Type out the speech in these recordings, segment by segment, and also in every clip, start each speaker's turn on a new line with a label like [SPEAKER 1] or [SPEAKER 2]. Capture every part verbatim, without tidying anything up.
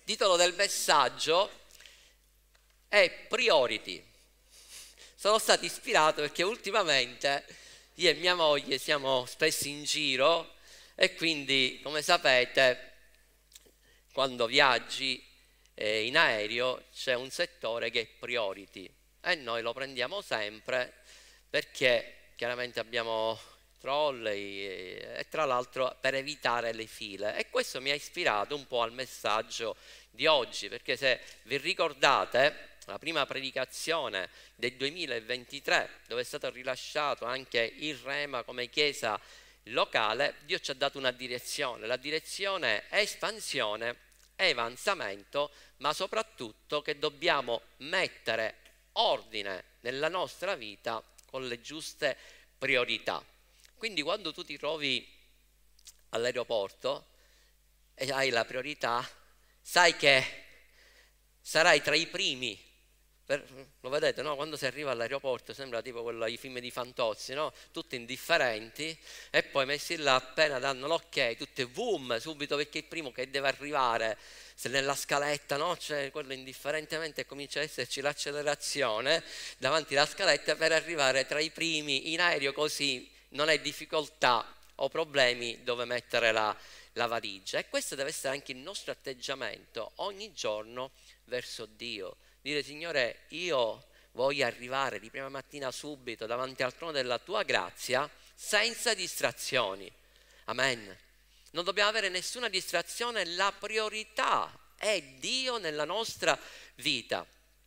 [SPEAKER 1] titolo del messaggio è Priority. Sono stato ispirato perché ultimamente io e mia moglie siamo spesso in giro e quindi, come sapete, quando viaggi eh, in aereo c'è un settore che è Priority e noi lo prendiamo sempre perché chiaramente abbiamo trolley e, e tra l'altro per evitare le file, e questo mi ha ispirato un po' al messaggio di oggi, perché se vi ricordate la prima predicazione del duemilaventitré, dove è stato rilasciato anche il Rema come chiesa locale, Dio ci ha dato una direzione. La direzione è espansione, è avanzamento, ma soprattutto che dobbiamo mettere ordine nella nostra vita con le giuste priorità. Quindi quando tu ti trovi all'aeroporto e hai la priorità, sai che sarai tra i primi. Per, lo vedete, no? Quando si arriva all'aeroporto sembra tipo quello, i film di Fantozzi, no? Tutti indifferenti, e poi messi là appena danno l'ok, tutte boom subito, perché il primo che deve arrivare, se nella scaletta, no? C'è quello indifferentemente, comincia ad esserci l'accelerazione davanti alla scaletta per arrivare tra i primi in aereo, così non hai difficoltà o problemi dove mettere la, la valigia. E questo deve essere anche il nostro atteggiamento ogni giorno verso Dio. Dire: Signore, io voglio arrivare di prima mattina subito davanti al trono della tua grazia senza distrazioni. Amen. Non dobbiamo avere nessuna distrazione, la priorità è Dio nella nostra vita.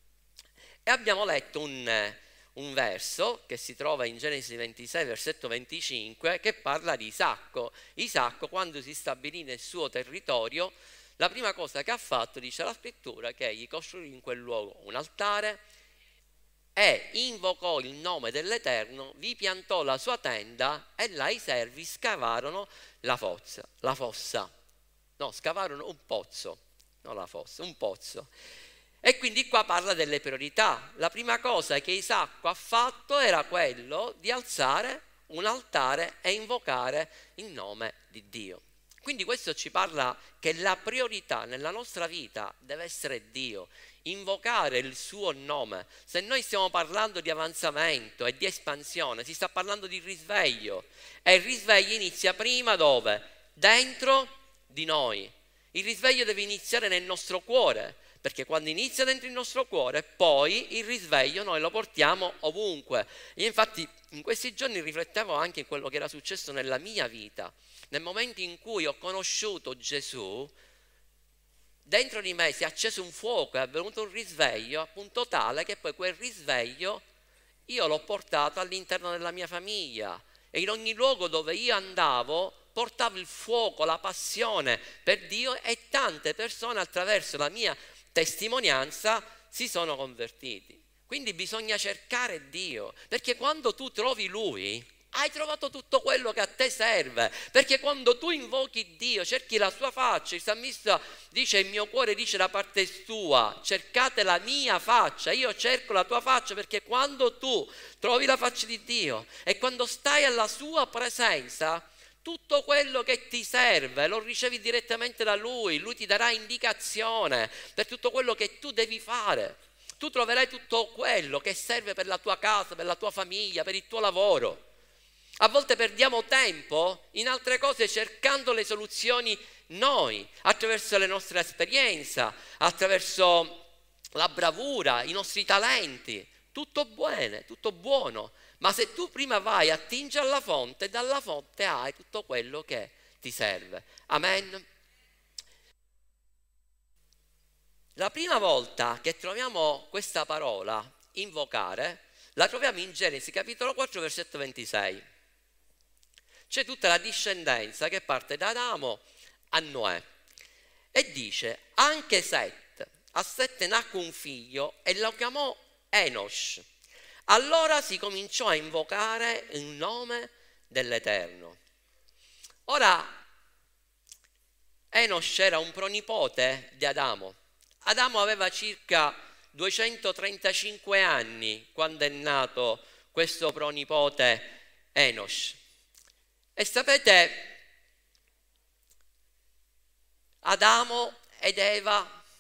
[SPEAKER 1] E abbiamo letto un, un verso che si trova in Genesi ventisei, versetto venticinque, che parla di Isacco. Isacco, quando si stabilì nel suo territorio, la prima cosa che ha fatto, dice la scrittura, che egli costruì in quel luogo un altare e invocò il nome dell'Eterno, vi piantò la sua tenda e là i servi scavarono la fossa, la fossa. No, scavarono un pozzo, non la fossa, un pozzo. E quindi qua parla delle priorità. La prima cosa che Isacco ha fatto era quello di alzare un altare e invocare il nome di Dio. Quindi questo ci parla che la priorità nella nostra vita deve essere Dio, invocare il suo nome. Se noi stiamo parlando di avanzamento e di espansione, si sta parlando di risveglio, e il risveglio inizia prima dove? Dentro di noi. Il risveglio deve iniziare nel nostro cuore, perché quando inizia dentro il nostro cuore, poi il risveglio noi lo portiamo ovunque. Io infatti in questi giorni riflettevo anche in quello che era successo nella mia vita. Nel momento in cui ho conosciuto Gesù, dentro di me si è acceso un fuoco, è avvenuto un risveglio, appunto tale che poi quel risveglio io l'ho portato all'interno della mia famiglia, e in ogni luogo dove io andavo portavo il fuoco, la passione per Dio, e tante persone attraverso la mia testimonianza si sono convertiti. Quindi bisogna cercare Dio, perché quando tu trovi Lui hai trovato tutto quello che a te serve, perché quando tu invochi Dio, cerchi la sua faccia, il salmista dice: il mio cuore dice da parte tua, cercate la mia faccia, io cerco la tua faccia, perché quando tu trovi la faccia di Dio e quando stai alla sua presenza, tutto quello che ti serve lo ricevi direttamente da Lui. Lui ti darà indicazione per tutto quello che tu devi fare. Tu troverai tutto quello che serve per la tua casa, per la tua famiglia, per il tuo lavoro. A volte perdiamo tempo in altre cose cercando le soluzioni noi, attraverso le nostre esperienze, attraverso la bravura, i nostri talenti. Tutto buono, tutto buono. Ma se tu prima vai, attingi alla fonte, dalla fonte hai tutto quello che ti serve. Amen. La prima volta che troviamo questa parola, invocare, la troviamo in Genesi capitolo quattro, versetto ventisei. C'è tutta la discendenza che parte da Adamo a Noè. E dice: anche Set, a Set nacque un figlio e lo chiamò Enosh. Allora si cominciò a invocare il nome dell'Eterno. Ora, Enosh era un pronipote di Adamo. Adamo aveva circa duecentotrentacinque anni quando è nato questo pronipote Enosh. E sapete, Adamo ed Eva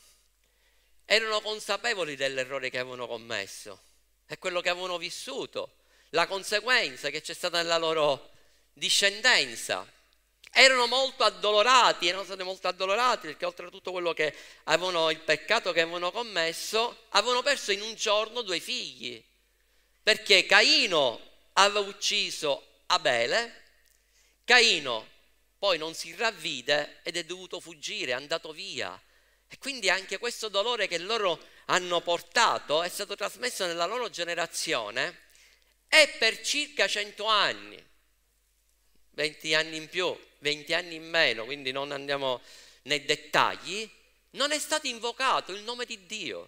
[SPEAKER 1] erano consapevoli dell'errore che avevano commesso e quello che avevano vissuto, la conseguenza che c'è stata nella loro discendenza. Erano molto addolorati, erano stati molto addolorati perché oltre a tutto quello che avevano, il peccato che avevano commesso, avevano perso in un giorno due figli, perché Caino aveva ucciso Abele, Caino poi non si ravvide ed è dovuto fuggire, è andato via. E quindi anche questo dolore che loro hanno portato è stato trasmesso nella loro generazione e per circa cento anni, venti anni in più, venti anni in meno, quindi non andiamo nei dettagli, non è stato invocato il nome di Dio.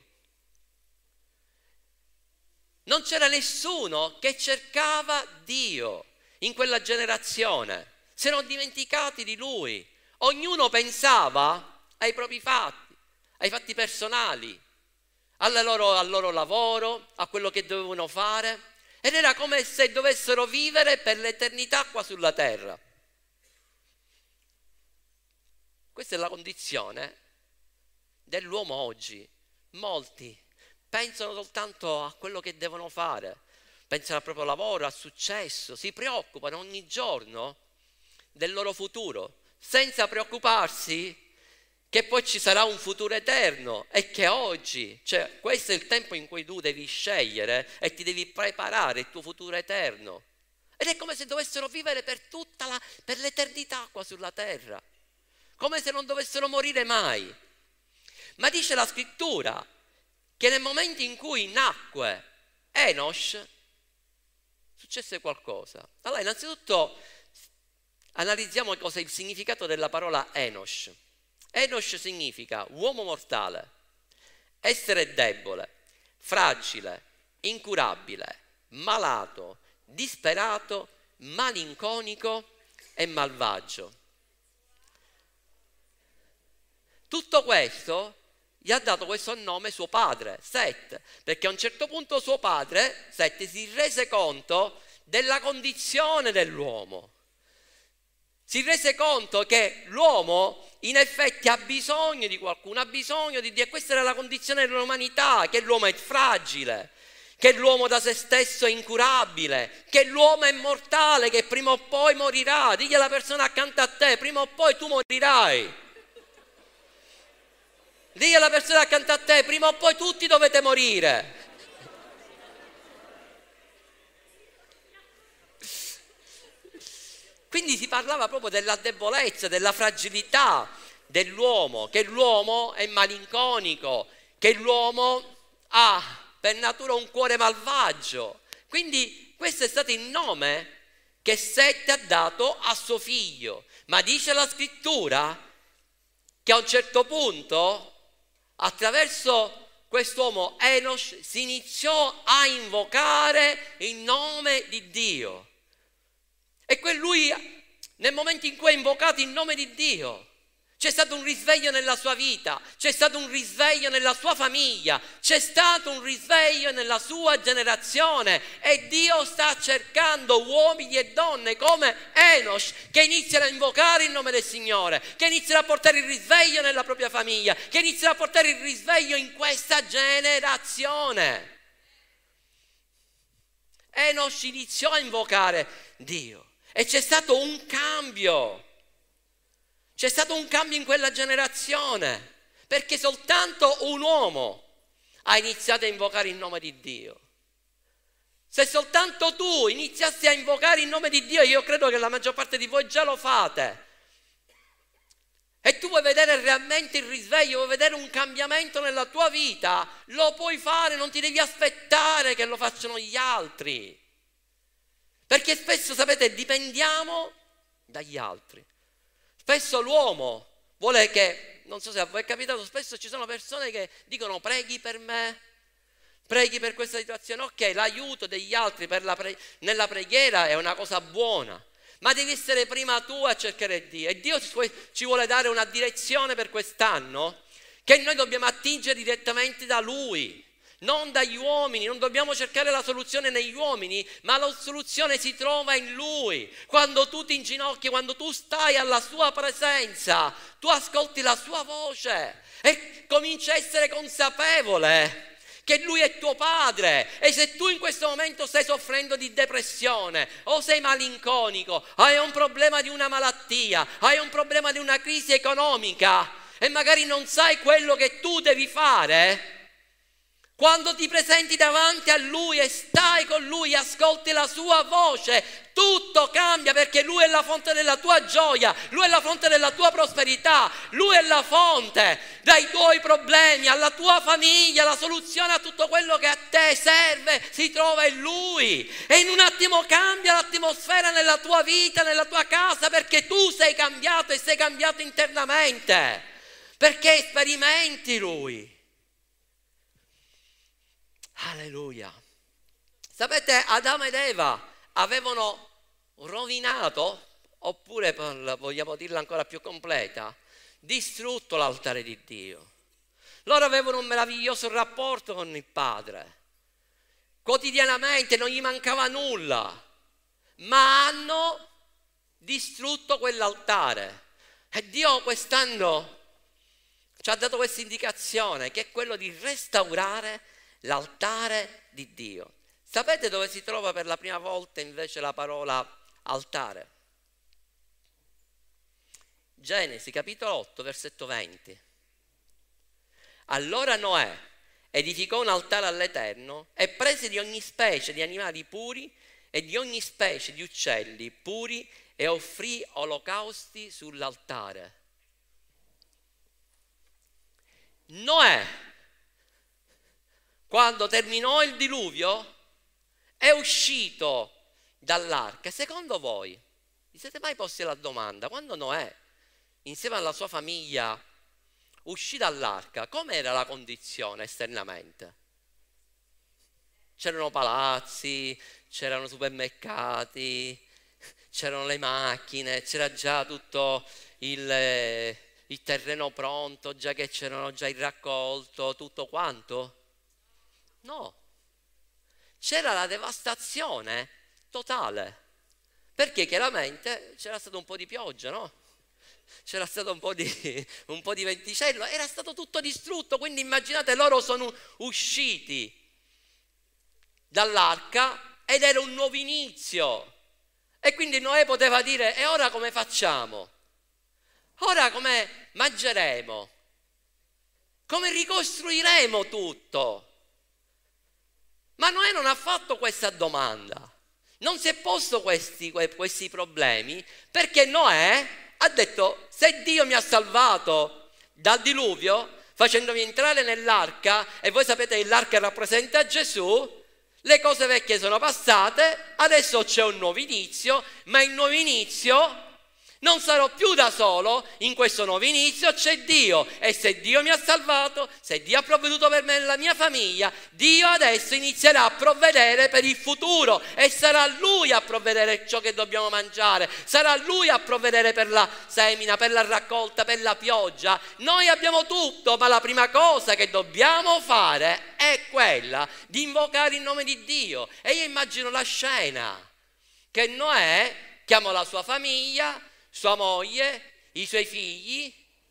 [SPEAKER 1] Non c'era nessuno che cercava Dio in quella generazione, si erano dimenticati di Lui. Ognuno pensava ai propri fatti, ai fatti personali, alla loro, al loro lavoro, a quello che dovevano fare, ed era come se dovessero vivere per l'eternità qua sulla terra. Questa è la condizione dell'uomo oggi. Molti pensano soltanto a quello che devono fare, pensano al proprio lavoro, al successo, si preoccupano ogni giorno del loro futuro, senza preoccuparsi che poi ci sarà un futuro eterno e che oggi, cioè questo è il tempo in cui tu devi scegliere e ti devi preparare il tuo futuro eterno. Ed è come se dovessero vivere per tutta la, per l'eternità qua sulla terra, come se non dovessero morire mai. Ma dice la scrittura che nel momento in cui nacque Enosh successe qualcosa. Allora innanzitutto analizziamo cosa è il significato della parola Enosh. Enosh significa uomo mortale, essere debole, fragile, incurabile, malato, disperato, malinconico e malvagio. Tutto questo gli ha dato questo nome suo padre, Set, perché a un certo punto suo padre, Set, si rese conto della condizione dell'uomo. Si rese conto che l'uomo in effetti ha bisogno di qualcuno, ha bisogno di Dio, e questa era la condizione dell'umanità, che l'uomo è fragile, che l'uomo da se stesso è incurabile, che l'uomo è mortale, che prima o poi morirà. Digli alla persona accanto a te, prima o poi tu morirai. Digli alla persona accanto a te, prima o poi tutti dovete morire. Quindi si parlava proprio della debolezza, della fragilità dell'uomo, che l'uomo è malinconico, che l'uomo ha per natura un cuore malvagio. Quindi questo è stato il nome che Sette ha dato a suo figlio. Ma dice la scrittura che a un certo punto, attraverso quest'uomo Enosh, si iniziò a invocare il nome di Dio. E que lui, nel momento in cui ha invocato il nome di Dio, c'è stato un risveglio nella sua vita, c'è stato un risveglio nella sua famiglia, c'è stato un risveglio nella sua generazione, e Dio sta cercando uomini e donne come Enosh che iniziano a invocare il nome del Signore, che iniziano a portare il risveglio nella propria famiglia, che iniziano a portare il risveglio in questa generazione. Enosh iniziò a invocare Dio. E c'è stato un cambio, c'è stato un cambio in quella generazione, perché soltanto un uomo ha iniziato a invocare il nome di Dio. Se soltanto tu iniziassi a invocare il nome di Dio, io credo che la maggior parte di voi già lo fate, e tu vuoi vedere realmente il risveglio, vuoi vedere un cambiamento nella tua vita, lo puoi fare, non ti devi aspettare che lo facciano gli altri. Perché spesso, sapete, dipendiamo dagli altri. Spesso l'uomo vuole che, non so se a voi è capitato, spesso ci sono persone che dicono preghi per me, preghi per questa situazione. Ok, l'aiuto degli altri per la pre- nella preghiera è una cosa buona, ma devi essere prima tu a cercare Dio. E Dio ci vuole dare una direzione per quest'anno, che noi dobbiamo attingere direttamente da Lui. non dagli uomini, non dobbiamo cercare la soluzione negli uomini, ma la soluzione si trova in Lui. Quando tu ti inginocchi, quando tu stai alla sua presenza, tu ascolti la sua voce e cominci a essere consapevole che Lui è tuo Padre. E se tu in questo momento stai soffrendo di depressione o sei malinconico, hai un problema di una malattia, hai un problema di una crisi economica e magari non sai quello che tu devi fare, quando ti presenti davanti a Lui e stai con Lui e ascolti la sua voce, tutto cambia, perché Lui è la fonte della tua gioia, Lui è la fonte della tua prosperità, Lui è la fonte dai tuoi problemi, alla tua famiglia, la soluzione a tutto quello che a te serve si trova in Lui. E in un attimo cambia l'atmosfera nella tua vita, nella tua casa, perché tu sei cambiato e sei cambiato internamente, perché sperimenti Lui. Alleluia. Sapete, Adamo ed Eva avevano rovinato, oppure vogliamo dirla ancora più completa, distrutto l'altare di Dio. Loro avevano un meraviglioso rapporto con il Padre, quotidianamente non gli mancava nulla, ma hanno distrutto quell'altare. E Dio quest'anno ci ha dato questa indicazione, che è quello di restaurare l'altare di Dio. Sapete dove si trova per la prima volta invece la parola altare? Genesi capitolo otto versetto venti. Allora Noè edificò un altare all'Eterno e prese di ogni specie di animali puri e di ogni specie di uccelli puri e offrì olocausti sull'altare. Noè, quando terminò il diluvio, è uscito dall'arca. Secondo voi, vi siete mai posti la domanda, quando Noè, insieme alla sua famiglia, uscì dall'arca, com'era la condizione esternamente? C'erano palazzi, c'erano supermercati, c'erano le macchine, c'era già tutto il, il terreno pronto, già che c'erano già il raccolto, tutto quanto? No, c'era la devastazione totale, perché chiaramente c'era stato un po' di pioggia, no? C'era stato un po' di, un po' di venticello, era stato tutto distrutto. Quindi immaginate, loro sono usciti dall'arca ed era un nuovo inizio. E quindi Noè poteva dire: e ora come facciamo? Ora come mangeremo? Come ricostruiremo tutto? Ma Noè non ha fatto questa domanda, non si è posto questi, questi problemi, perché Noè ha detto: se Dio mi ha salvato dal diluvio facendomi entrare nell'arca, e voi sapete che l'arca rappresenta Gesù, le cose vecchie sono passate, adesso c'è un nuovo inizio, ma il nuovo inizio non sarò più da solo, in questo nuovo inizio c'è Dio, e se Dio mi ha salvato, se Dio ha provveduto per me e la mia famiglia, Dio adesso inizierà a provvedere per il futuro e sarà Lui a provvedere ciò che dobbiamo mangiare, sarà Lui a provvedere per la semina, per la raccolta, per la pioggia. Noi abbiamo tutto, ma la prima cosa che dobbiamo fare è quella di invocare il nome di Dio. E io immagino la scena che Noè chiamò la sua famiglia, sua moglie, i suoi figli,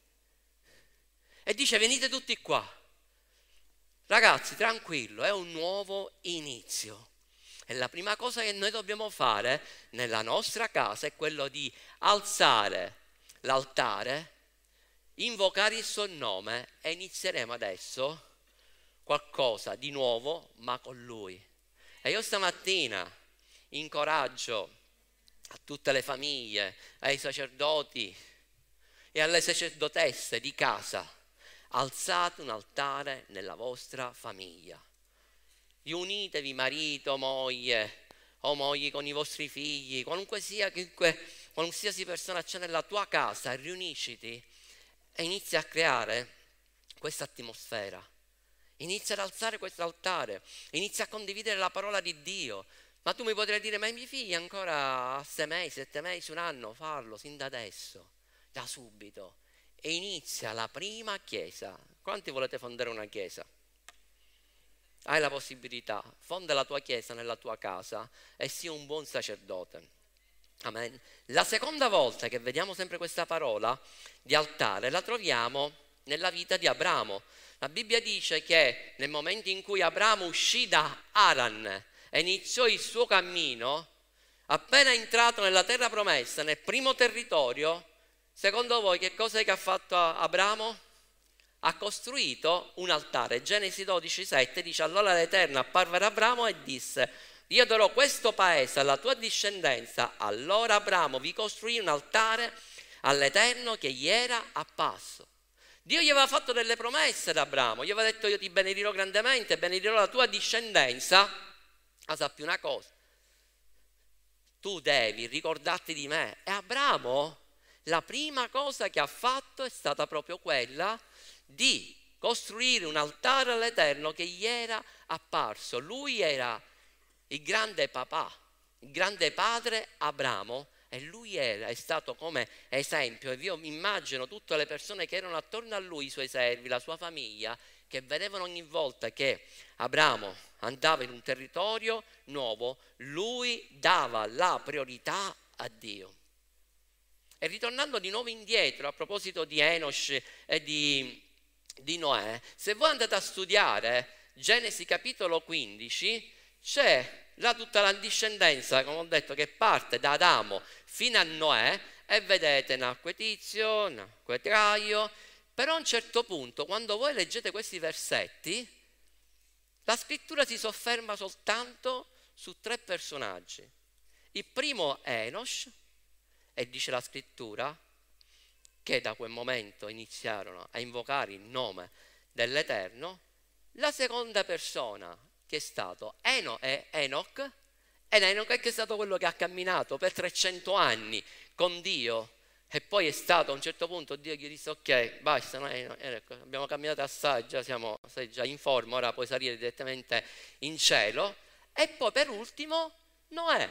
[SPEAKER 1] e dice: venite tutti qua, ragazzi, tranquillo, è un nuovo inizio. E la prima cosa che noi dobbiamo fare nella nostra casa è quello di alzare l'altare, invocare il suo nome, e inizieremo adesso qualcosa di nuovo, ma con Lui. E io stamattina incoraggio a tutte le famiglie, ai sacerdoti e alle sacerdotesse di casa: alzate un altare nella vostra famiglia. Riunitevi, marito, moglie, o mogli con i vostri figli, qualunque sia, qualsiasi persona c'è nella tua casa, riunisciti e inizia a creare questa atmosfera. Inizia ad alzare questo altare, inizia a condividere la parola di Dio. Ma tu mi potrai dire: ma i miei figli ancora a sei mesi, sette mesi, un anno? Farlo sin da adesso, da subito. E inizia la prima chiesa. Quanti volete fondare una chiesa? hai la possibilità, fonda la tua chiesa nella tua casa e sii un buon sacerdote. Amen. La seconda volta che vediamo sempre questa parola di altare la troviamo nella vita di Abramo. La Bibbia dice che nel momento in cui Abramo uscì da Aran e iniziò il suo cammino, appena entrato nella terra promessa, nel primo territorio, secondo voi che cosa è che ha fatto Abramo? Ha costruito un altare. Genesi dodici sette dice: allora l'Eterno apparve ad Abramo e disse: io darò questo paese alla tua discendenza. Allora Abramo vi costruì un altare all'Eterno che gli era apparso. Dio gli aveva fatto delle promesse ad Abramo, gli aveva detto: io ti benedirò grandemente, benedirò la tua discendenza. Ma sappi una cosa, tu devi ricordarti di me. E Abramo, la prima cosa che ha fatto è stata proprio quella di costruire un altare all'Eterno che gli era apparso. Lui era il grande papà, il grande padre Abramo, e lui era, è stato come esempio. E io mi immagino tutte le persone che erano attorno a lui, i suoi servi, la sua famiglia, che vedevano ogni volta che Abramo andava in un territorio nuovo, lui dava la priorità a Dio. E ritornando di nuovo indietro, a proposito di Enosh e di, di Noè, se voi andate a studiare Genesi capitolo quindici, c'è là tutta la discendenza, come ho detto, che parte da Adamo fino a Noè, e vedete nacque Tizio, nacque Traio. Però a un certo punto, quando voi leggete questi versetti, la scrittura si sofferma soltanto su tre personaggi. Il primo è Enosh, e dice la scrittura che da quel momento iniziarono a invocare il nome dell'Eterno. La seconda persona che è stato Eno, è Enoch, ed Enoch è che è stato quello che ha camminato per trecento anni con Dio, e poi è stato a un certo punto Dio gli disse: ok, basta, no, eh, ecco, abbiamo camminato assai, già siamo, sei già in forma, ora puoi salire direttamente in cielo. E poi per ultimo Noè,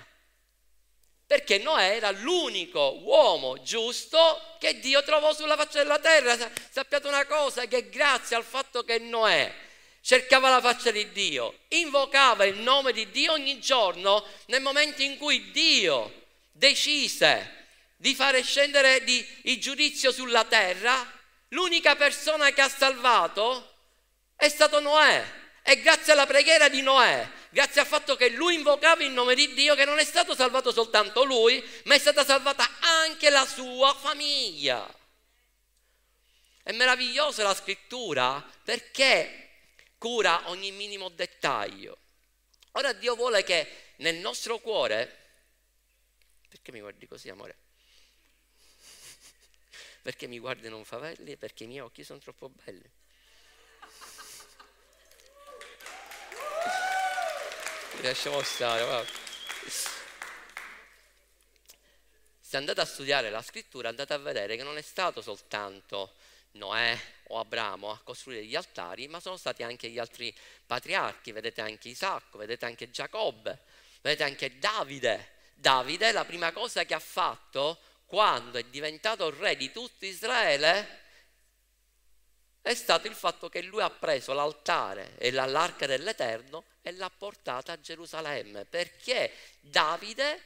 [SPEAKER 1] perché Noè era l'unico uomo giusto che Dio trovò sulla faccia della terra. Sappiate una cosa, che grazie al fatto che Noè cercava la faccia di Dio, invocava il nome di Dio ogni giorno, nel momento in cui Dio decise di fare scendere di, il giudizio sulla terra, l'unica persona che ha salvato è stato Noè. E grazie alla preghiera di Noè, grazie al fatto che lui invocava il nome di Dio, che non è stato salvato soltanto lui, ma è stata salvata anche la sua famiglia. È meravigliosa la scrittura, perché cura ogni minimo dettaglio. Ora Dio vuole che nel nostro cuore... Perché mi guardi così, amore? Perché mi guardi non favelli? Perché i miei occhi sono troppo belli. Lasciamo stare, guarda. Se andate a studiare la scrittura, andate a vedere che non è stato soltanto Noè o Abramo a costruire gli altari, ma sono stati anche gli altri patriarchi. Vedete anche Isacco, vedete anche Giacobbe, vedete anche Davide. Davide, la prima cosa che ha fatto quando è diventato re di tutto Israele è stato il fatto che lui ha preso l'altare e l'arca dell'Eterno e l'ha portata a Gerusalemme, perché Davide,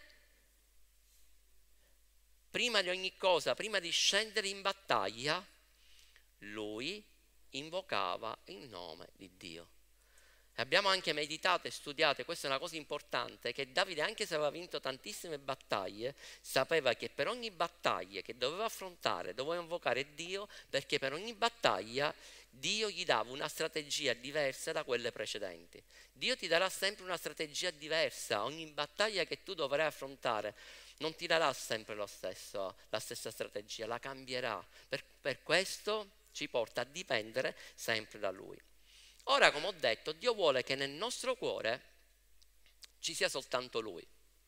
[SPEAKER 1] prima di ogni cosa, prima di scendere in battaglia, lui invocava il nome di Dio. Abbiamo anche meditato e studiato, e questa è una cosa importante, che Davide, anche se aveva vinto tantissime battaglie, sapeva che per ogni battaglia che doveva affrontare doveva invocare Dio, perché per ogni battaglia Dio gli dava una strategia diversa da quelle precedenti. Dio ti darà sempre una strategia diversa, ogni battaglia che tu dovrai affrontare non ti darà sempre lo stesso, la stessa strategia, la cambierà. Per, per questo ci porta a dipendere sempre da Lui. Ora, come ho detto, Dio vuole che nel nostro cuore ci sia soltanto Lui.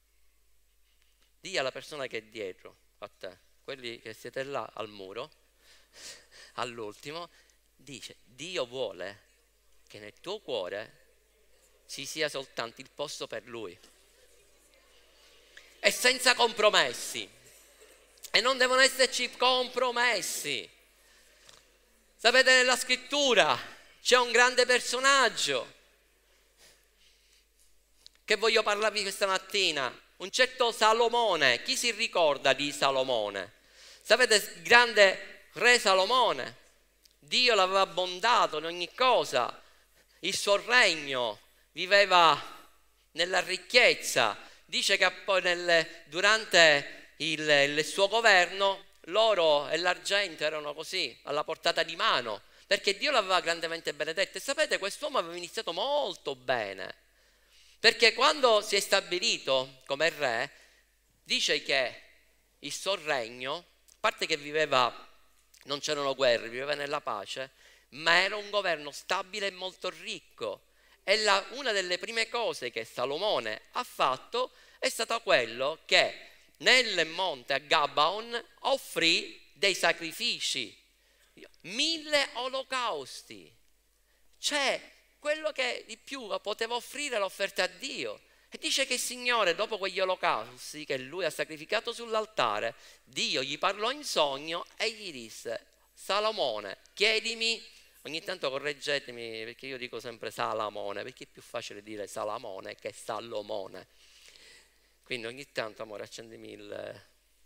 [SPEAKER 1] Dì alla persona che è dietro a te, quelli che siete là al muro, all'ultimo, dice: Dio vuole che nel tuo cuore ci sia soltanto il posto per Lui. E senza compromessi. E non devono esserci compromessi. Sapete, nella scrittura c'è un grande personaggio che voglio parlarvi questa mattina. Un certo Salomone. Chi si ricorda di Salomone? Sapete, il grande re Salomone, Dio l'aveva abbondato in ogni cosa, il suo regno viveva nella ricchezza. Dice che poi nel, durante il, il suo governo l'oro e l'argento erano così alla portata di mano, perché Dio l'aveva grandemente benedetto. E sapete, quest'uomo aveva iniziato molto bene, perché quando si è stabilito come re, dice che il suo regno, a parte che viveva, non c'erano guerre, viveva nella pace, ma era un governo stabile e molto ricco. E la, una delle prime cose che Salomone ha fatto è stato quello che nel monte a Gabaon offrì dei sacrifici, mille olocausti. Cioè, quello che di più poteva offrire l'offerta a Dio. E dice che il Signore, dopo quegli olocausti che lui ha sacrificato sull'altare, Dio gli parlò in sogno e gli disse: Salomone, chiedimi. Ogni tanto correggetemi, perché io dico sempre Salamone, perché è più facile dire Salamone che Salomone. Quindi ogni tanto, amore, accendimi il...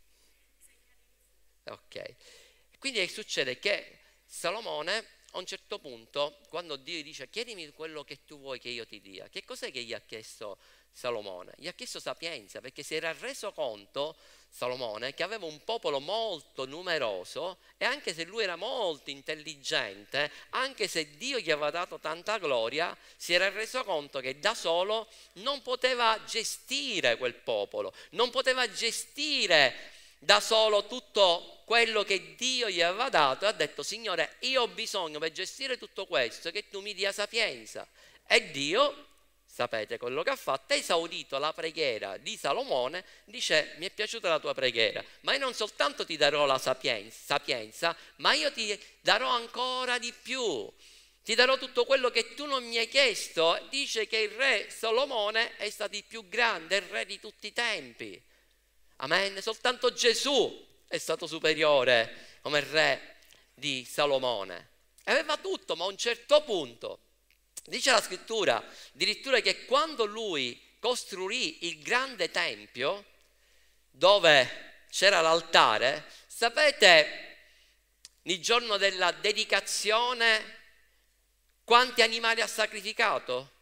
[SPEAKER 1] Ok. Quindi succede che Salomone, a un certo punto, quando Dio gli dice chiedimi quello che tu vuoi che io ti dia, che cos'è che gli ha chiesto Salomone? Gli ha chiesto sapienza, perché si era reso conto, Salomone, che aveva un popolo molto numeroso, e anche se lui era molto intelligente, anche se Dio gli aveva dato tanta gloria, si era reso conto che da solo non poteva gestire quel popolo, non poteva gestire da solo tutto quello che Dio gli aveva dato, e ha detto: Signore, io ho bisogno per gestire tutto questo che tu mi dia sapienza. E Dio, sapete quello che ha fatto? Ha esaudito la preghiera di Salomone. Dice: mi è piaciuta la tua preghiera, ma io non soltanto ti darò la sapienza, sapienza ma io ti darò ancora di più, ti darò tutto quello che tu non mi hai chiesto. Dice che il re Salomone è stato il più grande re di tutti i tempi. Amen. Soltanto Gesù è stato superiore come re di Salomone. Aveva tutto, ma a un certo punto, dice la scrittura, addirittura che quando lui costruì il grande tempio, dove c'era l'altare, sapete, il giorno della dedicazione, quanti animali ha sacrificato?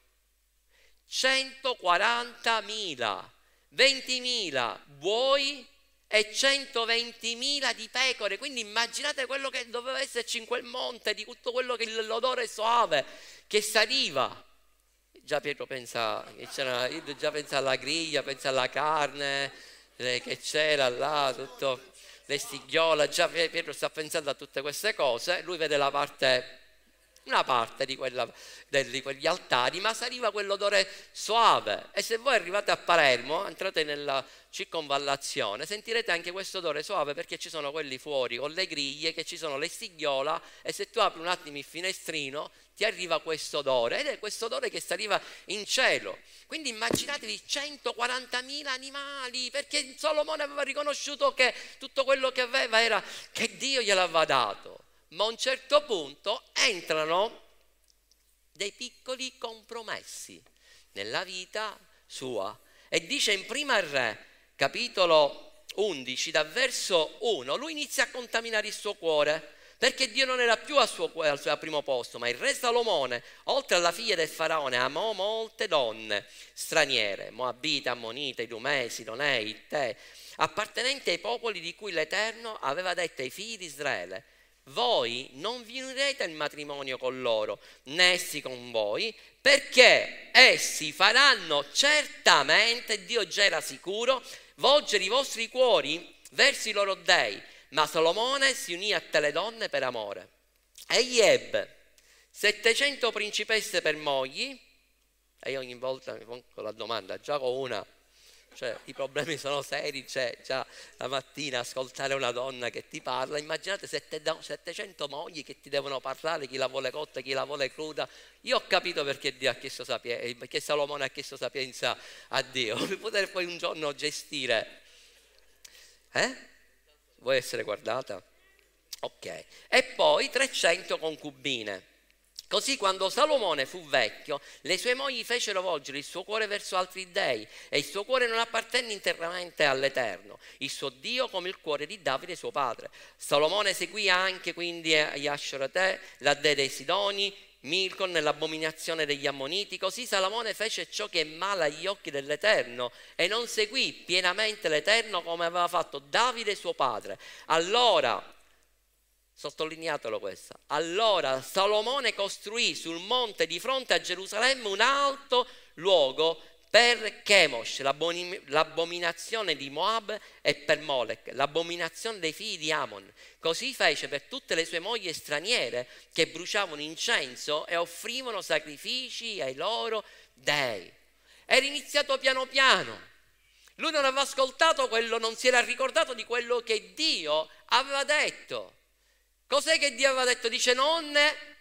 [SPEAKER 1] centoquarantamila. ventimila buoi e centoventimila di pecore. Quindi immaginate quello che doveva esserci in quel monte, di tutto quello che l'odore soave che saliva. Già Pietro pensa, io già pensa alla griglia, pensa alla carne che c'era là, tutto, le stighiola. Già Pietro sta pensando a tutte queste cose. Lui vede la parte, una parte di, quella, di quegli altari, ma saliva quell'odore soave. E se voi arrivate a Palermo, entrate nella circonvallazione, sentirete anche questo odore soave, perché ci sono quelli fuori con le griglie, che ci sono le stighiola, e se tu apri un attimo il finestrino ti arriva questo odore, ed è questo odore che saliva in cielo. Quindi immaginatevi centoquarantamila animali, perché Salomone aveva riconosciuto che tutto quello che aveva era che Dio gliel'aveva dato. Ma a un certo punto entrano dei piccoli compromessi nella vita sua, e dice in Prima Re, capitolo undici, da verso uno, lui inizia a contaminare il suo cuore, perché Dio non era più al suo, al suo primo posto, ma il re Salomone, oltre alla figlia del faraone, amò molte donne straniere, moabite, ammonite, idumei, sidonei, ittei, appartenenti ai popoli di cui l'Eterno aveva detto ai figli di Israele: voi non vi unirete in matrimonio con loro, né essi con voi, perché essi faranno certamente, Dio già era sicuro, volgere i vostri cuori verso i loro dei. Ma Salomone si unì a tale donne per amore. Egli ebbe settecento principesse per mogli, e io ogni volta mi pongo la domanda, già con una, cioè i problemi sono seri, cioè già la mattina ascoltare una donna che ti parla, immaginate settecento mogli che ti devono parlare, chi la vuole cotta, chi la vuole cruda. Io ho capito perché Dio ha chiesto sapienza, perché Salomone ha chiesto sapienza a Dio, per poter poi un giorno gestire. Eh? Vuoi essere guardata? Ok. E poi trecento concubine. Così quando Salomone fu vecchio, le sue mogli fecero volgere il suo cuore verso altri dei e il suo cuore non appartenne interamente all'Eterno, il suo Dio, come il cuore di Davide suo padre. Salomone seguì anche quindi gli Asciorete, la dea dei Sidoni, Milcom nell'abominazione degli Ammoniti. Così Salomone fece ciò che è male agli occhi dell'Eterno e non seguì pienamente l'Eterno come aveva fatto Davide suo padre. Allora, sottolineatelo questo, allora Salomone costruì sul monte di fronte a Gerusalemme un alto luogo per Chemosh, l'abominazione di Moab, e per Molech, l'abominazione dei figli di Ammon. Così fece per tutte le sue mogli straniere che bruciavano incenso e offrivano sacrifici ai loro dei. Era iniziato piano piano. Lui non aveva ascoltato quello, non si era ricordato di quello che Dio aveva detto. Cos'è che Dio aveva detto? Dice: non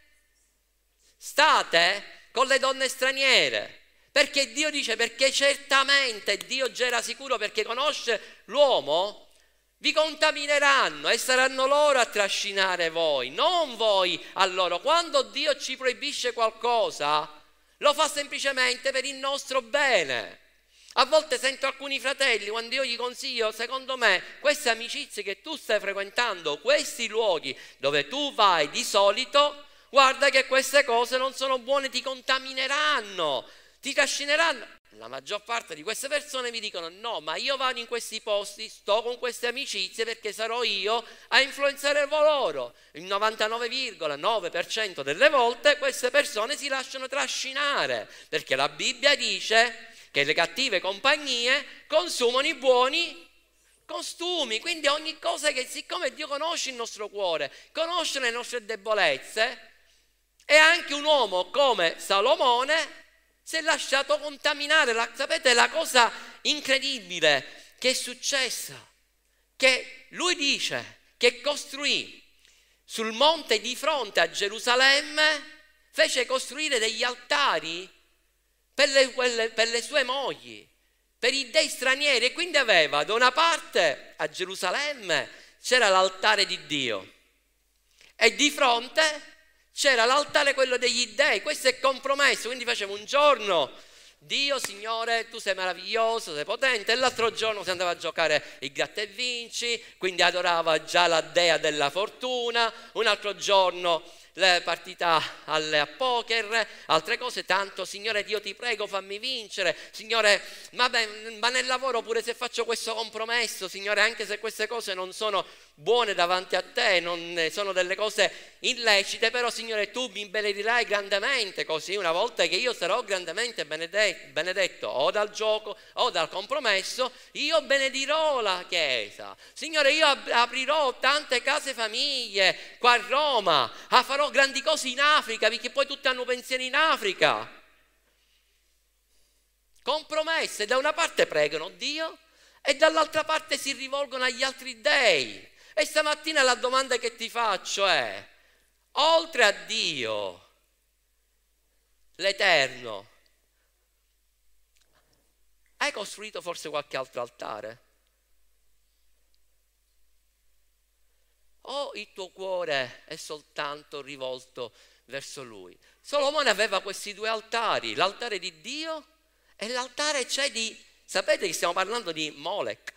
[SPEAKER 1] state con le donne straniere. Perché Dio dice, perché certamente Dio già era sicuro, perché conosce l'uomo, vi contamineranno e saranno loro a trascinare voi, non voi a loro. Quando Dio ci proibisce qualcosa, lo fa semplicemente per il nostro bene. A volte sento alcuni fratelli, quando io gli consiglio, secondo me, queste amicizie che tu stai frequentando, questi luoghi dove tu vai di solito, guarda che queste cose non sono buone, ti contamineranno, ti trascineranno. La maggior parte di queste persone mi dicono: no, ma io vado in questi posti, sto con queste amicizie perché sarò io a influenzare loro. Il novantanove virgola nove per cento delle volte queste persone si lasciano trascinare, perché la Bibbia dice che le cattive compagnie consumano i buoni costumi. Quindi ogni cosa che, siccome Dio conosce il nostro cuore, conosce le nostre debolezze, e anche un uomo come Salomone si è lasciato contaminare. La, sapete la cosa incredibile che è successa? Che lui dice che costruì sul monte di fronte a Gerusalemme, fece costruire degli altari per le, quelle, per le sue mogli, per i dei stranieri, e quindi aveva da una parte a Gerusalemme c'era l'altare di Dio e di fronte c'era l'altare quello degli dei. Questo è compromesso, quindi faceva un giorno Dio, Signore, tu sei meraviglioso, sei potente, e l'altro giorno si andava a giocare il gratta e vinci, quindi adorava già la dea della fortuna, un altro giorno le partita alle, a poker, altre cose. Tanto, Signore Dio, ti prego, fammi vincere, Signore, ma, beh, ma nel lavoro pure se faccio questo compromesso, Signore, anche se queste cose non sono buone davanti a te, non sono delle cose illecite, però Signore tu mi benedirai grandemente, così una volta che io sarò grandemente benedetto, benedetto o dal gioco o dal compromesso, io benedirò la Chiesa. Signore, io aprirò tante case famiglie qua a Roma, farò grandi cose in Africa, perché poi tutti hanno pensieri in Africa. Compromesse, da una parte pregano Dio e dall'altra parte si rivolgono agli altri dei. E stamattina la domanda che ti faccio è: oltre a Dio, l'Eterno, hai costruito forse qualche altro altare? O il tuo cuore è soltanto rivolto verso Lui? Solomone aveva questi due altari, l'altare di Dio e l'altare c'è di, sapete che stiamo parlando di Molech.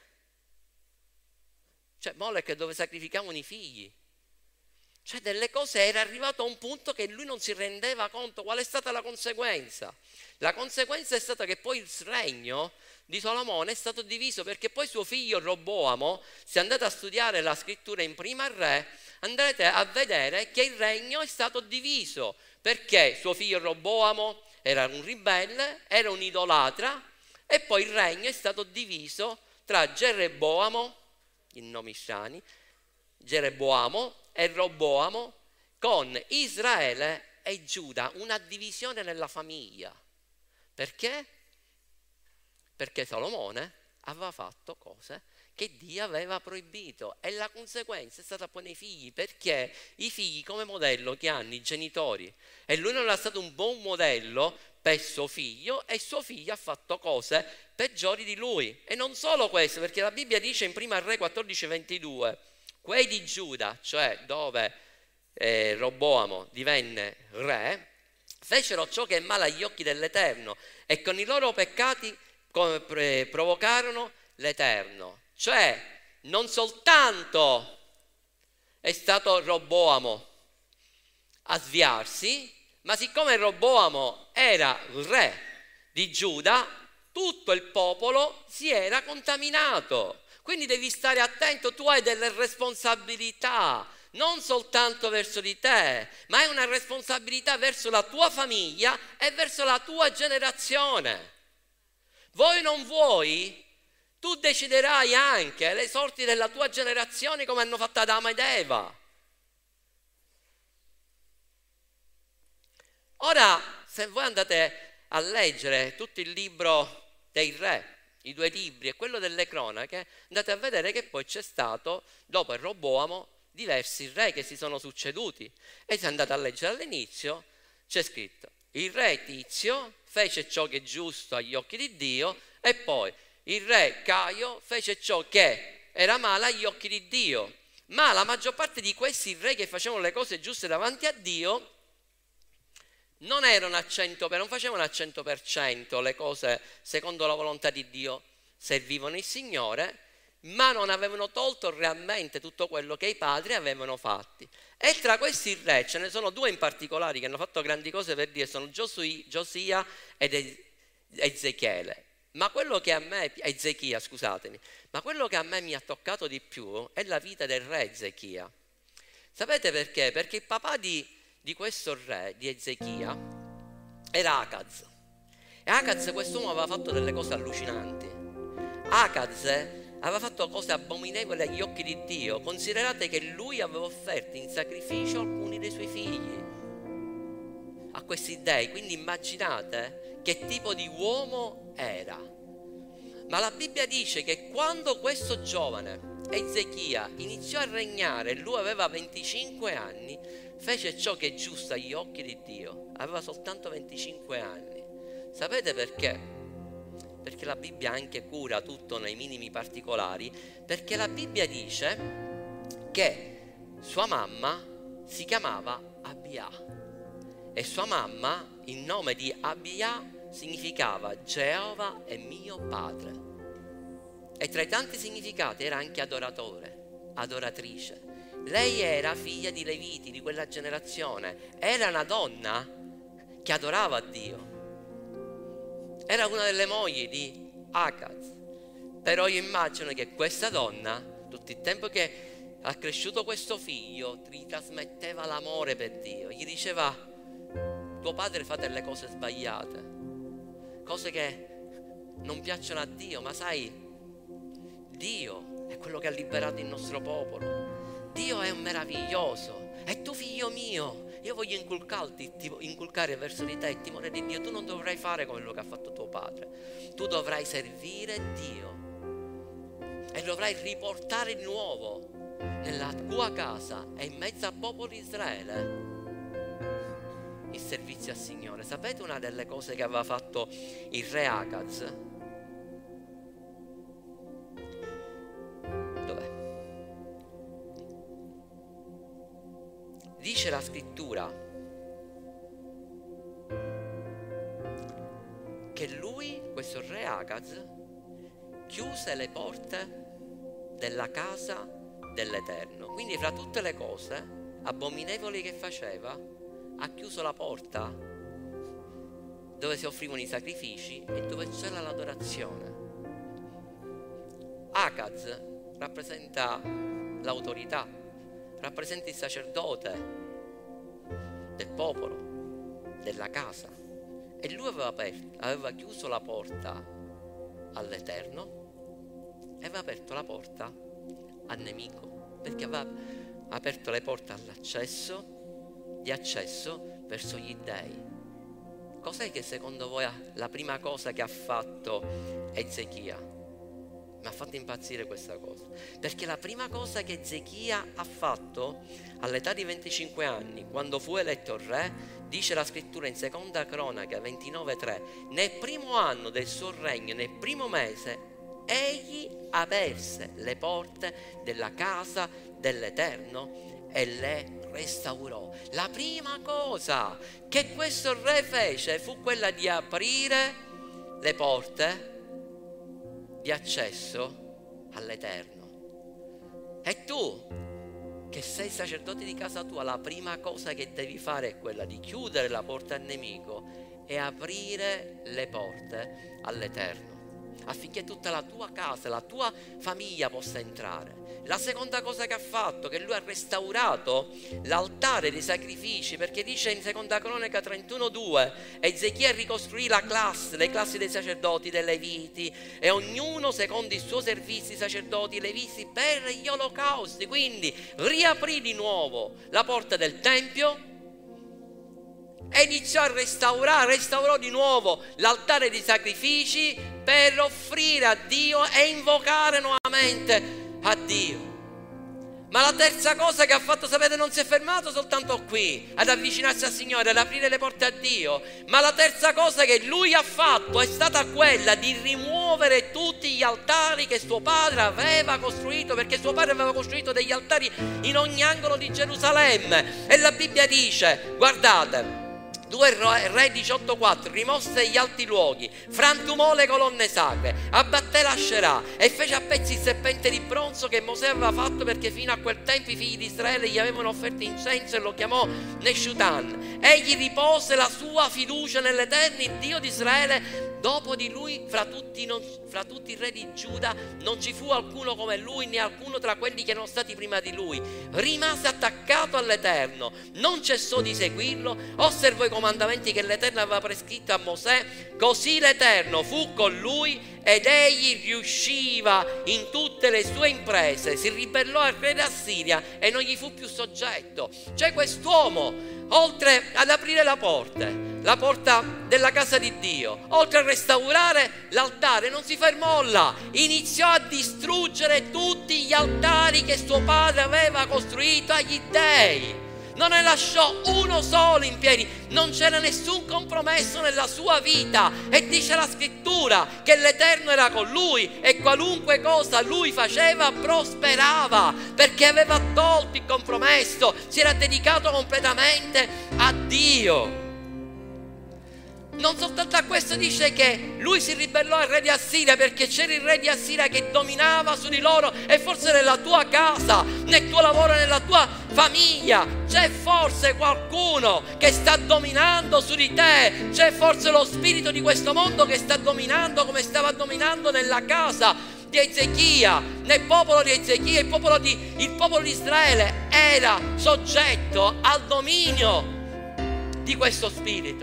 [SPEAKER 1] Cioè Molech è dove sacrificavano i figli. Cioè delle cose, era arrivato a un punto che lui non si rendeva conto. Qual è stata la conseguenza? La conseguenza è stata che poi il regno di Solomone è stato diviso, perché poi suo figlio Roboamo, se andate a studiare la scrittura in Prima Re, andrete a vedere che il regno è stato diviso, perché suo figlio Roboamo era un ribelle, era un idolatra, e poi il regno è stato diviso tra Gereboamo, in nomi strani, Gereboamo e Roboamo, con Israele e Giuda, una divisione nella famiglia. Perché? Perché Salomone aveva fatto cose che Dio aveva proibito, e la conseguenza è stata poi nei figli, perché i figli come modello che hanno i genitori, e lui non è stato un buon modello per suo figlio, e suo figlio ha fatto cose peggiori di lui. E non solo questo, perché la Bibbia dice in Prima Re quattordici ventidue, quei di Giuda, cioè dove eh, Roboamo divenne re, fecero ciò che è male agli occhi dell'Eterno e con i loro peccati provocarono l'Eterno. Cioè, non soltanto è stato Roboamo a sviarsi, ma siccome Roboamo era re di Giuda, tutto il popolo si era contaminato. Quindi devi stare attento, tu hai delle responsabilità, non soltanto verso di te, ma hai una responsabilità verso la tua famiglia e verso la tua generazione. Vuoi non vuoi, tu deciderai anche le sorti della tua generazione come hanno fatto Adamo ed Eva. Ora, se voi andate a leggere tutto il libro dei re, i due libri e quello delle cronache, andate a vedere che poi c'è stato, dopo il Roboamo, diversi re che si sono succeduti. E se andate a leggere all'inizio, c'è scritto: il re Tizio fece ciò che è giusto agli occhi di Dio, e poi il re Caio fece ciò che era male agli occhi di Dio. Ma la maggior parte di questi re che facevano le cose giuste davanti a Dio non erano a cento per, non facevano a cento per cento le cose secondo la volontà di Dio, servivano il Signore, ma non avevano tolto realmente tutto quello che i padri avevano fatti. E tra questi re ce ne sono due in particolare che hanno fatto grandi cose per Dio, sono Giosui, Giosia ed Ezechiele. Ma quello che a me, Ezechia, scusatemi, ma quello che a me mi ha toccato di più è la vita del re Ezechia. Sapete perché? Perché il papà di di questo re, di Ezechia, era Acaz. E Acaz, quest'uomo, aveva fatto delle cose allucinanti. Acaz aveva fatto cose abominevoli agli occhi di Dio. Considerate che lui aveva offerto in sacrificio alcuni dei suoi figli a questi dei, quindi immaginate che tipo di uomo era. Ma la Bibbia dice che quando questo giovane Ezechia iniziò a regnare, lui aveva venticinque anni, fece ciò che è giusto agli occhi di Dio. Aveva soltanto venticinque anni. Sapete perché? Perché la Bibbia anche cura tutto nei minimi particolari, perché la Bibbia dice che sua mamma si chiamava Abia e sua mamma, il nome di Abia significava Geova è mio padre, e tra i tanti significati era anche adoratore, adoratrice. Lei era figlia di Leviti, di quella generazione, era una donna che adorava Dio, era una delle mogli di Acaz. Però io immagino che questa donna, tutto il tempo che ha cresciuto questo figlio, gli trasmetteva l'amore per Dio, gli diceva: tuo padre fa delle cose sbagliate, cose che non piacciono a Dio, ma sai, Dio è quello che ha liberato il nostro popolo, Dio è un meraviglioso, e tu figlio mio, io voglio inculcarti, inculcare verso di te il timore di Dio. Tu non dovrai fare quello che ha fatto tuo padre, tu dovrai servire Dio e dovrai riportare di nuovo nella tua casa e in mezzo al popolo di Israele il servizio al Signore. Sapete una delle cose che aveva fatto il re Acaz? Dov'è? Dice la scrittura che lui, questo re Acaz, chiuse le porte della casa dell'Eterno. Quindi fra tutte le cose abominevoli che faceva, ha chiuso la porta dove si offrivano i sacrifici e dove c'era l'adorazione. Acaz rappresenta l'autorità, rappresenta il sacerdote del popolo, della casa, e lui aveva, aperto, aveva chiuso la porta all'Eterno e aveva aperto la porta al nemico, perché aveva aperto le porte all'accesso di accesso verso gli dei. Cos'è che secondo voi la prima cosa che ha fatto Ezechia? Mi ha fatto impazzire questa cosa, perché la prima cosa che Ezechia ha fatto all'età di venticinque anni, quando fu eletto re, dice la scrittura in seconda cronaca ventinove tre: nel primo anno del suo regno, nel primo mese, egli aperse le porte della casa dell'Eterno e le restaurò. La prima cosa che questo re fece fu quella di aprire le porte di accesso all'Eterno. E tu, che sei sacerdote di casa tua, la prima cosa che devi fare è quella di chiudere la porta al nemico e aprire le porte all'Eterno, affinché tutta la tua casa, la tua famiglia possa entrare. La seconda cosa che ha fatto, che lui ha restaurato l'altare dei sacrifici, perché dice in seconda Cronaca trentuno due, Ezechia ricostruì la classe, le classi dei sacerdoti, dei leviti, e ognuno secondo il suo servizio, i sacerdoti leviti per gli olocausti. Quindi riaprì di nuovo la porta del tempio e iniziò a restaurare, restaurò di nuovo l'altare dei sacrifici per offrire a Dio e invocare nuovamente a Dio. Ma la terza cosa che ha fatto, sapete, non si è fermato soltanto qui ad avvicinarsi al Signore, ad aprire le porte a Dio, ma la terza cosa che lui ha fatto è stata quella di rimuovere tutti gli altari che suo padre aveva costruito, perché suo padre aveva costruito degli altari in ogni angolo di Gerusalemme. E la Bibbia dice, guardate, due Re diciotto quattro, rimosse gli alti luoghi, frantumò le colonne sacre, abbatté l'Ascerà e fece a pezzi il serpente di bronzo che Mosè aveva fatto, perché fino a quel tempo i figli di Israele gli avevano offerto incenso, e lo chiamò Neshutan. Egli ripose la sua fiducia nell'Eterno, il Dio di Israele. Dopo di lui, fra tutti, non, fra tutti i re di Giuda, non ci fu alcuno come lui, né alcuno tra quelli che erano stati prima di lui. Rimase attaccato all'Eterno, non cessò di seguirlo, osservò i comandamenti che l'Eterno aveva prescritto a Mosè. Così l'Eterno fu con lui ed egli riusciva in tutte le sue imprese. Si ribellò al re d'Assiria e non gli fu più soggetto. Cioè quest'uomo, oltre ad aprire la porta, la porta della casa di Dio, oltre a restaurare l'altare, non si fermò là, iniziò a distruggere tutti gli altari che suo padre aveva costruito agli dei. Non ne lasciò uno solo in piedi, non c'era nessun compromesso nella sua vita. E dice la scrittura che l'Eterno era con lui e qualunque cosa lui faceva prosperava, perché aveva tolto il compromesso, si era dedicato completamente a Dio. Non soltanto a questo, dice che lui si ribellò al re di Assiria, perché c'era il re di Assiria che dominava su di loro. E forse nella tua casa, nel tuo lavoro, nella tua famiglia c'è forse qualcuno che sta dominando su di te, c'è forse lo spirito di questo mondo che sta dominando, come stava dominando nella casa di Ezechia, nel popolo di Ezechia. Il popolo di, il popolo di Israele era soggetto al dominio di questo spirito.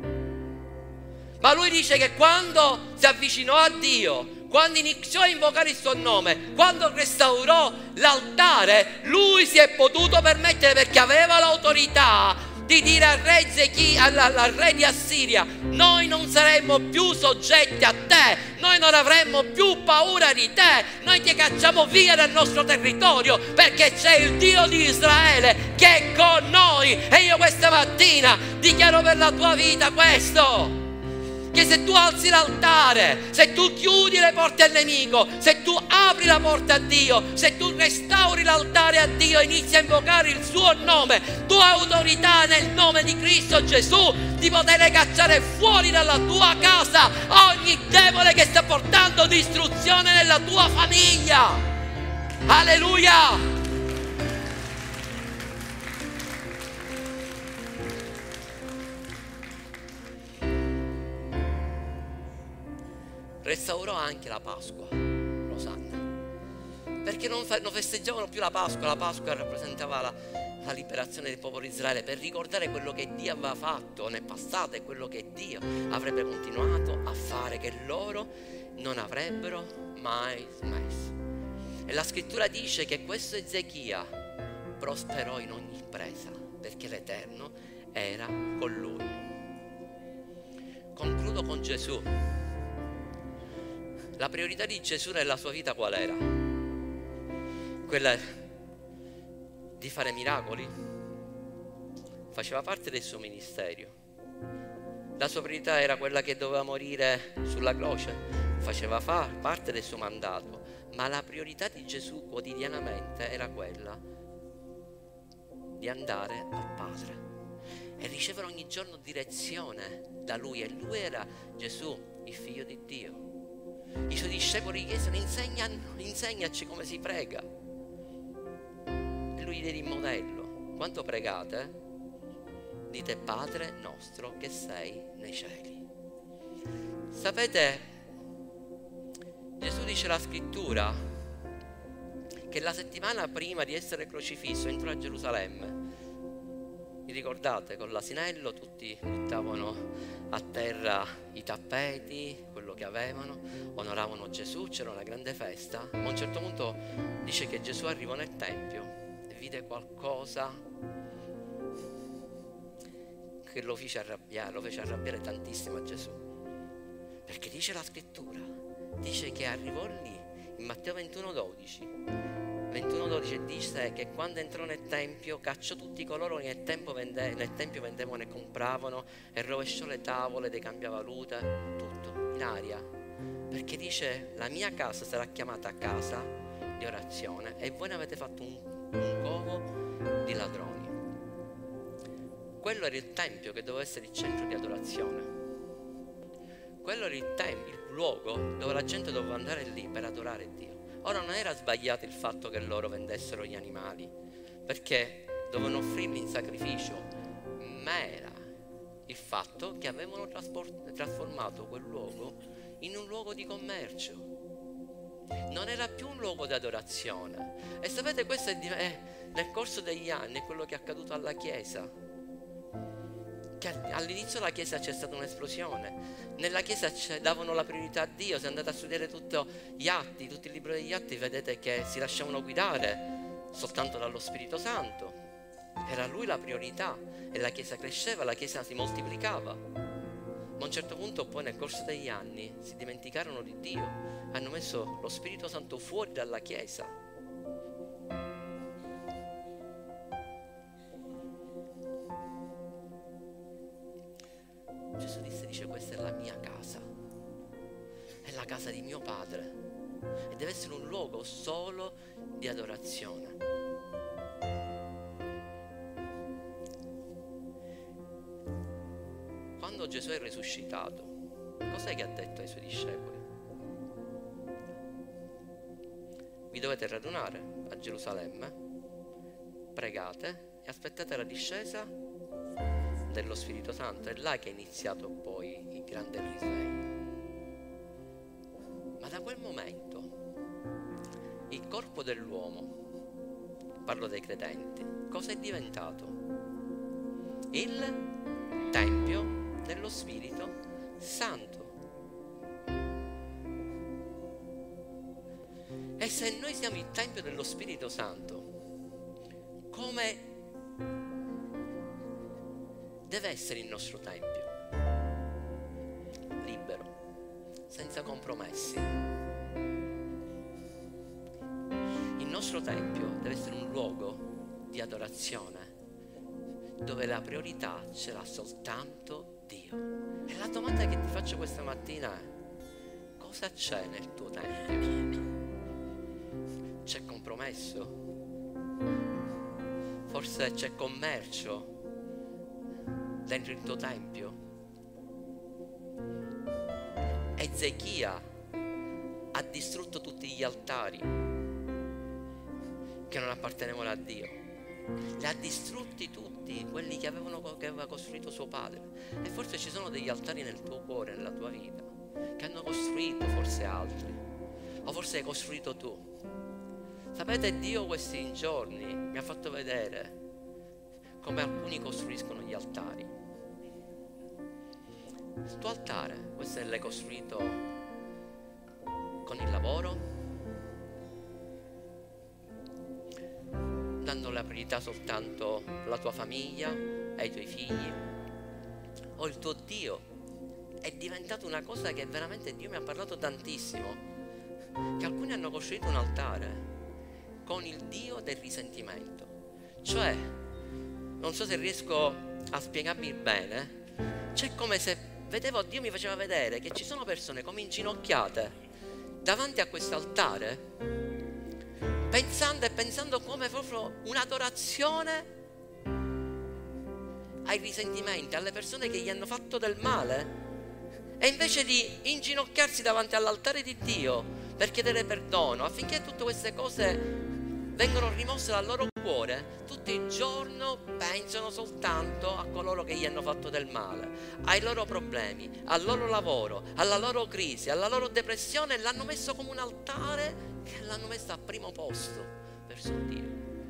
[SPEAKER 1] Ma lui dice che quando si avvicinò a Dio, quando iniziò a invocare il suo nome, quando restaurò l'altare, lui si è potuto permettere, perché aveva l'autorità di dire al re, Ezechia, al, al re di Assiria: noi non saremmo più soggetti a te, noi non avremmo più paura di te, noi ti cacciamo via dal nostro territorio, perché c'è il Dio di Israele che è con noi. E io questa mattina dichiaro per la tua vita questo, che se tu alzi l'altare, se tu chiudi le porte al nemico, se tu apri la porta a Dio, se tu restauri l'altare a Dio e inizi a invocare il suo nome, tu hai autorità nel nome di Cristo Gesù di poter cacciare fuori dalla tua casa ogni demone che sta portando distruzione nella tua famiglia. Alleluia! Restaurò anche la Pasqua, Rosanna, perché non, non festeggiavano più la Pasqua. La Pasqua rappresentava la, la liberazione del popolo di Israele, per ricordare quello che Dio aveva fatto nel passato e quello che Dio avrebbe continuato a fare, che loro non avrebbero mai smesso. E la scrittura dice che questo Ezechia prosperò in ogni impresa, perché l'Eterno era con lui. Concludo con Gesù. La priorità di Gesù nella sua vita qual era? Quella di fare miracoli? Faceva parte del suo ministero. La sua priorità era quella che doveva morire sulla croce? Faceva parte del suo mandato. Ma la priorità di Gesù quotidianamente era quella di andare al Padre e ricevere ogni giorno direzione da Lui, e Lui era Gesù, il Figlio di Dio. I Suoi discepoli chiesero: insegnaci come si prega, e Lui gli diede il modello. Quando pregate, dite: Padre nostro che sei nei cieli. Sapete, Gesù dice la scrittura che la settimana prima di essere crocifisso entrò a Gerusalemme. Vi ricordate? Con l'asinello tutti buttavano a terra i tappeti, quello che avevano, onoravano Gesù, c'era una grande festa. Ma a un certo punto dice che Gesù arrivò nel Tempio e vide qualcosa che lo fece arrabbiare, lo fece arrabbiare tantissimo a Gesù. Perché dice la scrittura, dice che arrivò lì, in Matteo ventuno dodici, ventuno dodici dice che quando entrò nel Tempio cacciò tutti coloro che nel, tempo vende, nel Tempio vendevano e compravano, e rovesciò le tavole dei cambiavalute, tutto in aria, perché dice: la mia casa sarà chiamata casa di orazione e voi ne avete fatto un, un covo di ladroni. Quello era il Tempio che doveva essere il centro di adorazione. Quello era il tempio, il luogo dove la gente doveva andare lì per adorare Dio. Ora non era sbagliato il fatto che loro vendessero gli animali, perché dovevano offrirli in sacrificio, ma era il fatto che avevano trasformato quel luogo in un luogo di commercio. Non era più un luogo di adorazione. E sapete, questo è, è nel corso degli anni è quello che è accaduto alla Chiesa. Che all'inizio della Chiesa c'è stata un'esplosione. Nella Chiesa davano la priorità a Dio. Se andate a studiare tutti gli atti, tutto il libro degli atti, vedete che si lasciavano guidare soltanto dallo Spirito Santo. Era Lui la priorità, e la Chiesa cresceva, la Chiesa si moltiplicava. Ma a un certo punto poi nel corso degli anni si dimenticarono di Dio, hanno messo lo Spirito Santo fuori dalla Chiesa. Gesù disse, dice: questa è la mia casa, è la casa di mio Padre, e deve essere un luogo solo di adorazione. Quando Gesù è risuscitato, cos'è che ha detto ai Suoi discepoli? Vi dovete radunare a Gerusalemme, pregate e aspettate la discesa dello Spirito Santo. È là che è iniziato poi il grande risveglio. Ma da quel momento il corpo dell'uomo, parlo dei credenti, cosa è diventato? Il Tempio dello Spirito Santo. E se noi siamo il Tempio dello Spirito Santo, come deve essere il nostro Tempio? Libero, senza compromessi. Il nostro Tempio deve essere un luogo di adorazione, dove la priorità ce l'ha soltanto Dio. E la domanda che ti faccio questa mattina è: cosa c'è nel tuo Tempio? C'è compromesso? Forse c'è commercio dentro il tuo Tempio? Ezechia ha distrutto tutti gli altari che non appartenevano a Dio. Li ha distrutti tutti, quelli che, avevano, che aveva costruito suo padre. E forse ci sono degli altari nel tuo cuore, nella tua vita, che hanno costruito forse altri, o forse hai costruito tu. Sapete, Dio questi giorni mi ha fatto vedere come alcuni costruiscono gli altari. Il tuo altare, questo l'hai costruito con il lavoro, dando la priorità soltanto alla tua famiglia, ai tuoi figli, o il tuo Dio è diventato una cosa che veramente Dio mi ha parlato tantissimo, che alcuni hanno costruito un altare con il Dio del risentimento. Cioè, non so se riesco a spiegarmi bene, c'è come se vedevo, Dio mi faceva vedere che ci sono persone come inginocchiate davanti a questo altare, pensando e pensando come proprio un'adorazione ai risentimenti, alle persone che gli hanno fatto del male, e invece di inginocchiarsi davanti all'altare di Dio per chiedere perdono, affinché tutte queste cose vengano rimosse dal loro cuore, tutto il giorno pensano soltanto a coloro che gli hanno fatto del male, ai loro problemi, al loro lavoro, alla loro crisi, alla loro depressione, e l'hanno messo come un altare, che l'hanno messo al primo posto verso Dio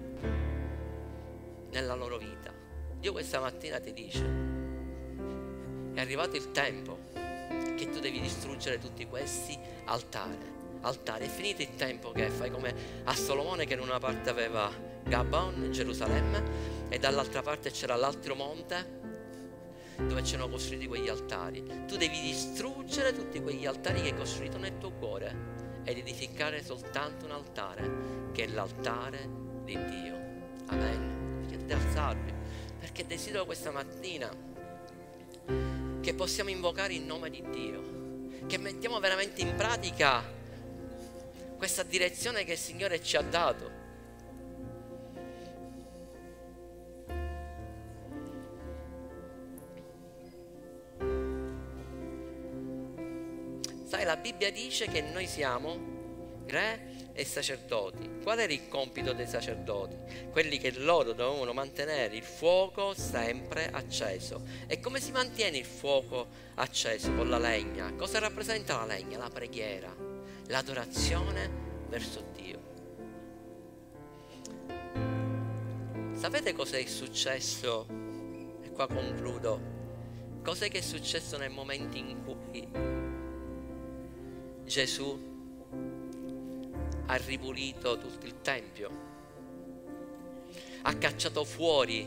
[SPEAKER 1] nella loro vita. Dio questa mattina ti dice: è arrivato il tempo che tu devi distruggere tutti questi altari. Altari. È finito il tempo che fai come a Solomone, che in una parte aveva Gabaon, Gerusalemme, e dall'altra parte c'era l'altro monte dove c'erano costruiti quegli altari. Tu devi distruggere tutti quegli altari che hai costruito nel tuo cuore ed edificare soltanto un altare, che è l'altare di Dio. Amen. Chiedo di alzarvi, perché desidero questa mattina che possiamo invocare il nome di Dio, che mettiamo veramente in pratica questa direzione che il Signore ci ha dato. Sai, la Bibbia dice che noi siamo re e sacerdoti. Qual era il compito dei sacerdoti? Quelli che loro dovevano mantenere il fuoco sempre acceso. E come si mantiene il fuoco acceso? Con la legna. Cosa rappresenta la legna? La preghiera, l'adorazione verso Dio. Sapete cos'è successo? E qua concludo. Cos'è che è successo nel momento in cui Gesù ha ripulito tutto il Tempio, ha cacciato fuori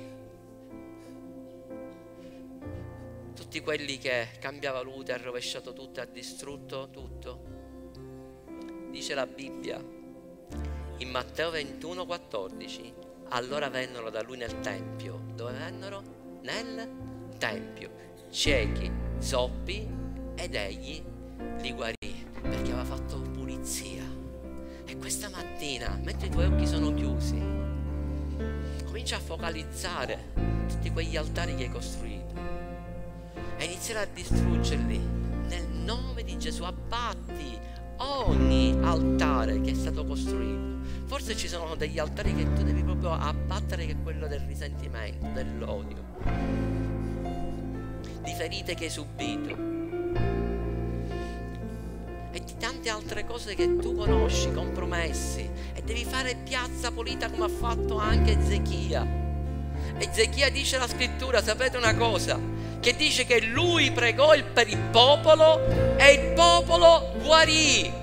[SPEAKER 1] tutti quelli che cambiava luce, ha rovesciato tutto, ha distrutto tutto? Dice la Bibbia in Matteo ventuno quattordici: allora vennero da lui nel Tempio. Dove vennero? Nel Tempio, ciechi, zoppi, ed egli li guarì, perché aveva fatto pulizia. E questa mattina, mentre i tuoi occhi sono chiusi, comincia a focalizzare tutti quegli altari che hai costruito e iniziare a distruggerli nel nome di Gesù. Abbatti ogni altare che è stato costruito. Forse ci sono degli altari che tu devi proprio abbattere, che è quello del risentimento, dell'odio, di ferite che hai subito e di tante altre cose che tu conosci, compromessi, e devi fare piazza pulita, come ha fatto anche Ezechia. Ezechia, dice la scrittura, sapete una cosa? Che dice che lui pregò per il popolo e il popolo guarì.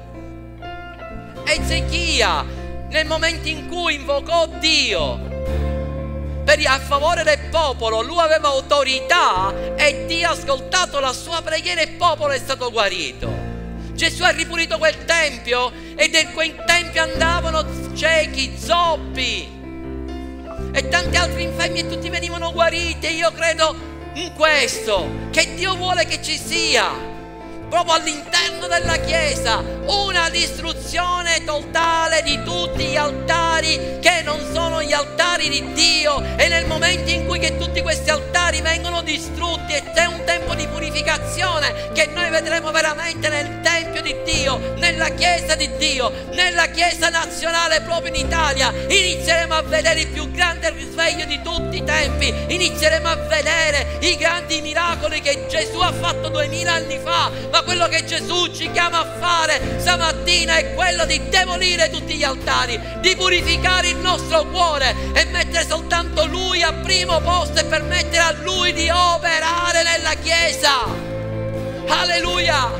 [SPEAKER 1] Ezechia, nel momento in cui invocò Dio per, a favore del popolo, lui aveva autorità e Dio ha ascoltato la sua preghiera e il popolo è stato guarito. Gesù ha ripulito quel tempio e in quel tempio andavano ciechi, zoppi e tanti altri infermi e tutti venivano guariti. E io credo in questo, che Dio vuole che ci sia proprio all'interno della Chiesa una distruzione totale di tutti gli altari che non sono gli altari di Dio. E nel momento in cui che tutti questi altari vengono distrutti, e c'è un tempo di purificazione che noi vedremo veramente nel Tempio di Dio, nella Chiesa di Dio, nella Chiesa nazionale proprio in Italia, inizieremo a vedere il più grande risveglio di tutti i tempi. Inizieremo a vedere i grandi miracoli che Gesù ha fatto duemila anni fa. Ma quello che Gesù ci chiama a fare stamattina è quello di demolire tutti gli altari, di purificare il nostro cuore e mettere soltanto Lui al primo posto e permettere a Lui di operare nella Chiesa. Alleluia!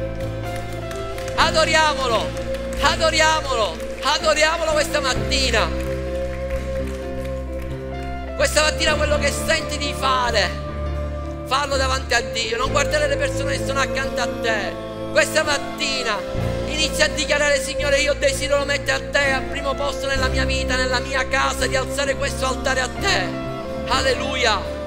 [SPEAKER 1] Adoriamolo, adoriamolo, adoriamolo questa mattina. Questa mattina quello che senti di fare, farlo davanti a Dio, non guardare le persone che sono accanto a te. Questa mattina inizia a dichiarare: Signore, io desidero mettere a te al primo posto nella mia vita, nella mia casa, di alzare questo altare a te. Alleluia.